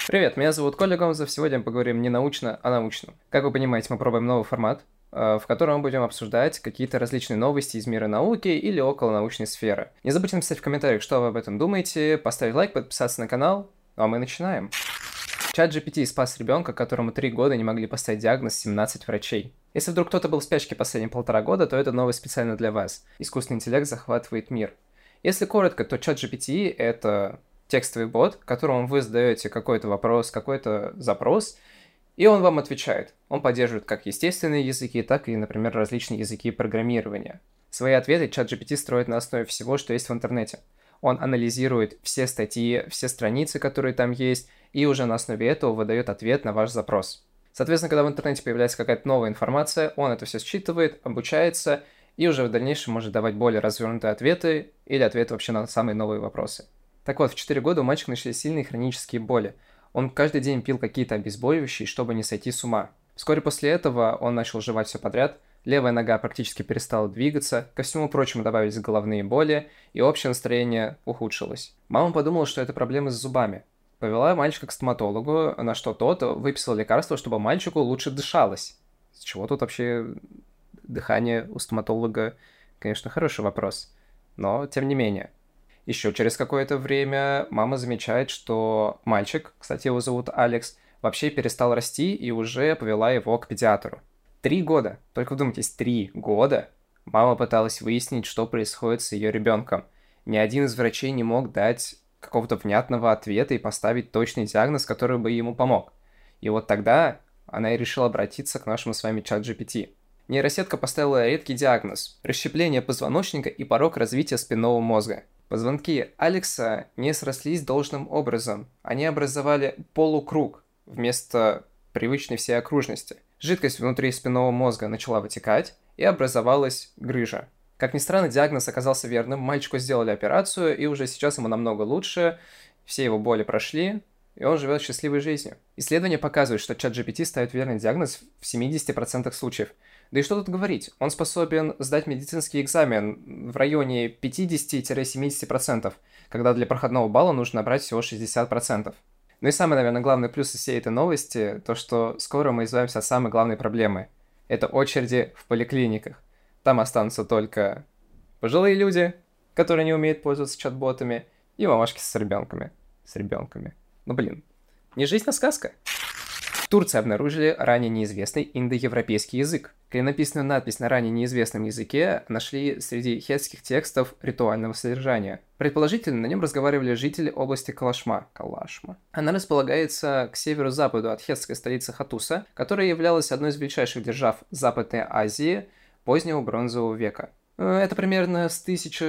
Привет, меня зовут Коля Гомзов. Сегодня мы поговорим не научно, а научно. Как вы понимаете, мы пробуем новый формат, в котором мы будем обсуждать какие-то различные новости из мира науки или около научной сферы. Не забудьте написать в комментариях, что вы об этом думаете, поставить лайк, подписаться на канал, ну а мы начинаем. ChatGPT спас ребенка, которому 3 года не могли поставить диагноз 17 врачей. Если вдруг кто-то был в спячке последние 1,5 года, то это новость специально для вас. Искусственный интеллект захватывает мир. Если коротко, то ChatGPT — это текстовый бот, которому вы задаете какой-то вопрос, какой-то запрос, и он вам отвечает. Он поддерживает как естественные языки, так и, например, различные языки программирования. Свои ответы ChatGPT строит на основе всего, что есть в интернете. Он анализирует все статьи, все страницы, которые там есть, и уже на основе этого выдает ответ на ваш запрос. Соответственно, когда в интернете появляется какая-то новая информация, он это все считывает, обучается, и уже в дальнейшем может давать более развернутые ответы или ответы вообще на самые новые вопросы. Так вот, в 4 года у мальчика начались сильные хронические боли. Он каждый день пил какие-то обезболивающие, чтобы не сойти с ума. Вскоре после этого он начал жевать все подряд, левая нога практически перестала двигаться, ко всему прочему добавились головные боли, и общее настроение ухудшилось. Мама подумала, что это проблемы с зубами. Повела мальчика к стоматологу, на что тот выписал лекарство, чтобы мальчику лучше дышалось. С чего тут вообще дыхание у стоматолога? Конечно, хороший вопрос, но тем не менее. Еще через какое-то время мама замечает, что мальчик, кстати, его зовут Алекс, вообще перестал расти и уже повела его к педиатру. 3 года, только вдумайтесь, 3 года мама пыталась выяснить, что происходит с ее ребенком. Ни один из врачей не мог дать какого-то внятного ответа и поставить точный диагноз, который бы ему помог. И вот тогда она и решила обратиться к нашему с вами ChatGPT. Нейросетка поставила редкий диагноз – расщепление позвоночника и порок развития спинного мозга. Позвонки Алекса не срослись должным образом. Они образовали полукруг вместо привычной всей окружности. Жидкость внутри спинного мозга начала вытекать, и образовалась грыжа. Как ни странно, диагноз оказался верным, мальчику сделали операцию, и уже сейчас ему намного лучше, все его боли прошли, и он живет счастливой жизнью. Исследования показывают, что ChatGPT ставит верный диагноз в 70% случаев. Да и что тут говорить, он способен сдать медицинский экзамен в районе 50-70%, когда для проходного балла нужно набрать всего 60%. Ну и самый, наверное, главный плюс всей этой новости, то что скоро мы избавимся от самой главной проблемы. Это очереди в поликлиниках. Там останутся только пожилые люди, которые не умеют пользоваться чат-ботами, и мамашки с ребенками. Ну блин, не жизнь, а сказка. В Турции обнаружили ранее неизвестный индоевропейский язык. Клинописную надпись на ранее неизвестном языке нашли среди хеттских текстов ритуального содержания. Предположительно, на нем разговаривали жители области Калашма. Она располагается к северо-западу от хеттской столицы Хатуса, которая являлась одной из величайших держав Западной Азии позднего бронзового века. Это примерно с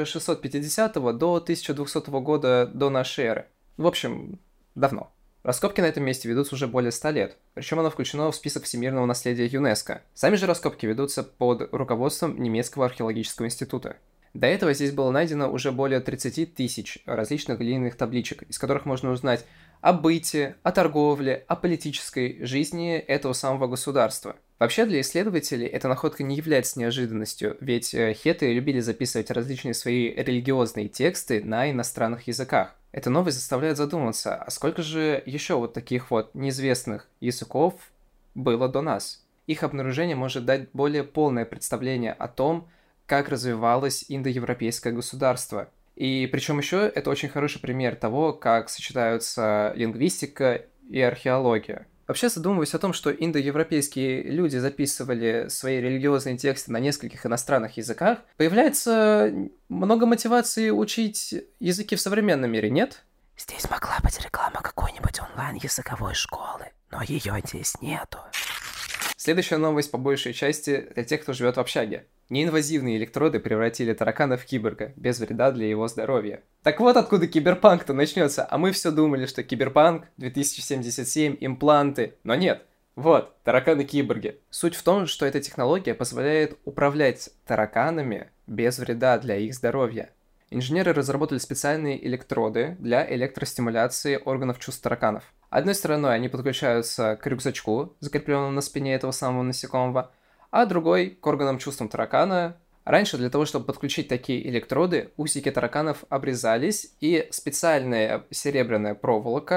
1650 до 1200 года до нашей эры. В общем, давно. Раскопки на этом месте ведутся уже более 100 лет, причем оно включено в список всемирного наследия ЮНЕСКО. Сами же раскопки ведутся под руководством немецкого археологического института. До этого здесь было найдено уже более 30 тысяч различных глиняных табличек, из которых можно узнать о быте, о торговле, о политической жизни этого самого государства. Вообще, для исследователей эта находка не является неожиданностью, ведь хетты любили записывать различные свои религиозные тексты на иностранных языках. Эта новость заставляет задуматься, а сколько же еще вот таких вот неизвестных языков было до нас? Их обнаружение может дать более полное представление о том, как развивалось индоевропейское государство. И причем еще это очень хороший пример того, как сочетаются лингвистика и археология. Вообще, задумываясь о том, что индоевропейские люди записывали свои религиозные тексты на нескольких иностранных языках, появляется много мотивации учить языки в современном мире, нет? Здесь могла быть реклама какой-нибудь онлайн-языковой школы, но ее здесь нету. Следующая новость по большей части для тех, кто живет в общаге. Неинвазивные электроды превратили таракана в киборга, без вреда для его здоровья. Так вот откуда киберпанк-то начнется, а мы все думали, что киберпанк, 2077, импланты, но нет. Вот, тараканы-киборги. Суть в том, что эта технология позволяет управлять тараканами без вреда для их здоровья. Инженеры разработали специальные электроды для электростимуляции органов чувств тараканов. Одной стороной они подключаются к рюкзачку, закрепленному на спине этого самого насекомого, а другой к органам чувствам таракана. Раньше для того, чтобы подключить такие электроды, усики тараканов обрезались, и специальная серебряная проволока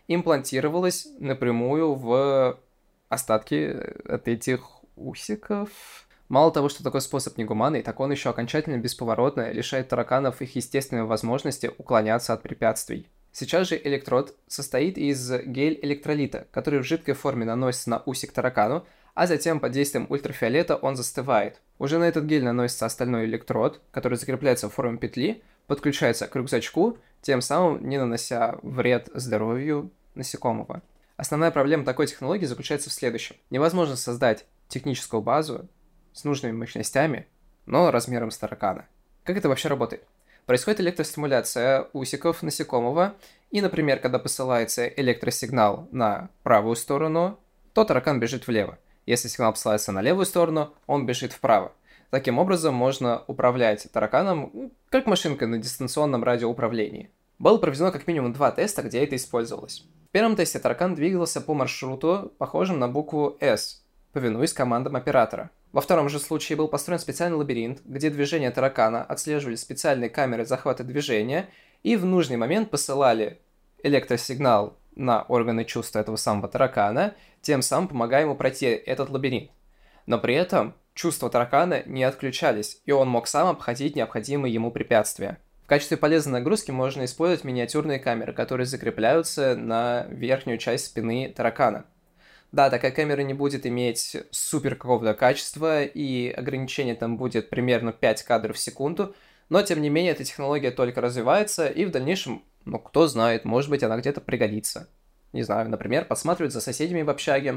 имплантировалась напрямую в остатки от этих усиков. Мало того, что такой способ негуманный, так он еще окончательно бесповоротно лишает тараканов их естественной возможности уклоняться от препятствий. Сейчас же электрод состоит из гель-электролита, который в жидкой форме наносится на усик таракану, а затем под действием ультрафиолета он застывает. Уже на этот гель наносится остальной электрод, который закрепляется в форме петли, подключается к рюкзачку, тем самым не нанося вред здоровью насекомого. Основная проблема такой технологии заключается в следующем. Невозможно создать техническую базу с нужными мощностями, но размером с таракана. Как это вообще работает? Происходит электростимуляция усиков насекомого, и, например, когда посылается электросигнал на правую сторону, то таракан бежит влево. Если сигнал посылается на левую сторону, он бежит вправо. Таким образом, можно управлять тараканом как машинкой на дистанционном радиоуправлении. Было проведено как минимум 2 теста, где это использовалось. В первом тесте таракан двигался по маршруту, похожему на букву S, повинуясь командам оператора. Во втором же случае был построен специальный лабиринт, где движения таракана отслеживали специальные камеры захвата движения и в нужный момент посылали электросигнал на органы чувств этого самого таракана, тем самым помогая ему пройти этот лабиринт. Но при этом чувства таракана не отключались, и он мог сам обходить необходимые ему препятствия. В качестве полезной нагрузки можно использовать миниатюрные камеры, которые закрепляются на верхнюю часть спины таракана. Да, такая камера не будет иметь супер какого-то качества, и ограничение там будет примерно 5 кадров в секунду, но тем не менее эта технология только развивается, и в дальнейшем, кто знает, может быть она где-то пригодится. Не знаю, например, подсматривать за соседями в общаге.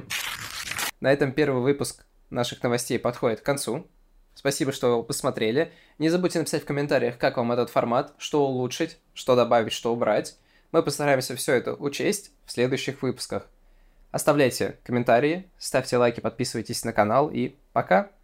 На этом первый выпуск наших новостей подходит к концу. Спасибо, что посмотрели. Не забудьте написать в комментариях, как вам этот формат, что улучшить, что добавить, что убрать. Мы постараемся все это учесть в следующих выпусках. Оставляйте комментарии, ставьте лайки, подписывайтесь на канал и пока!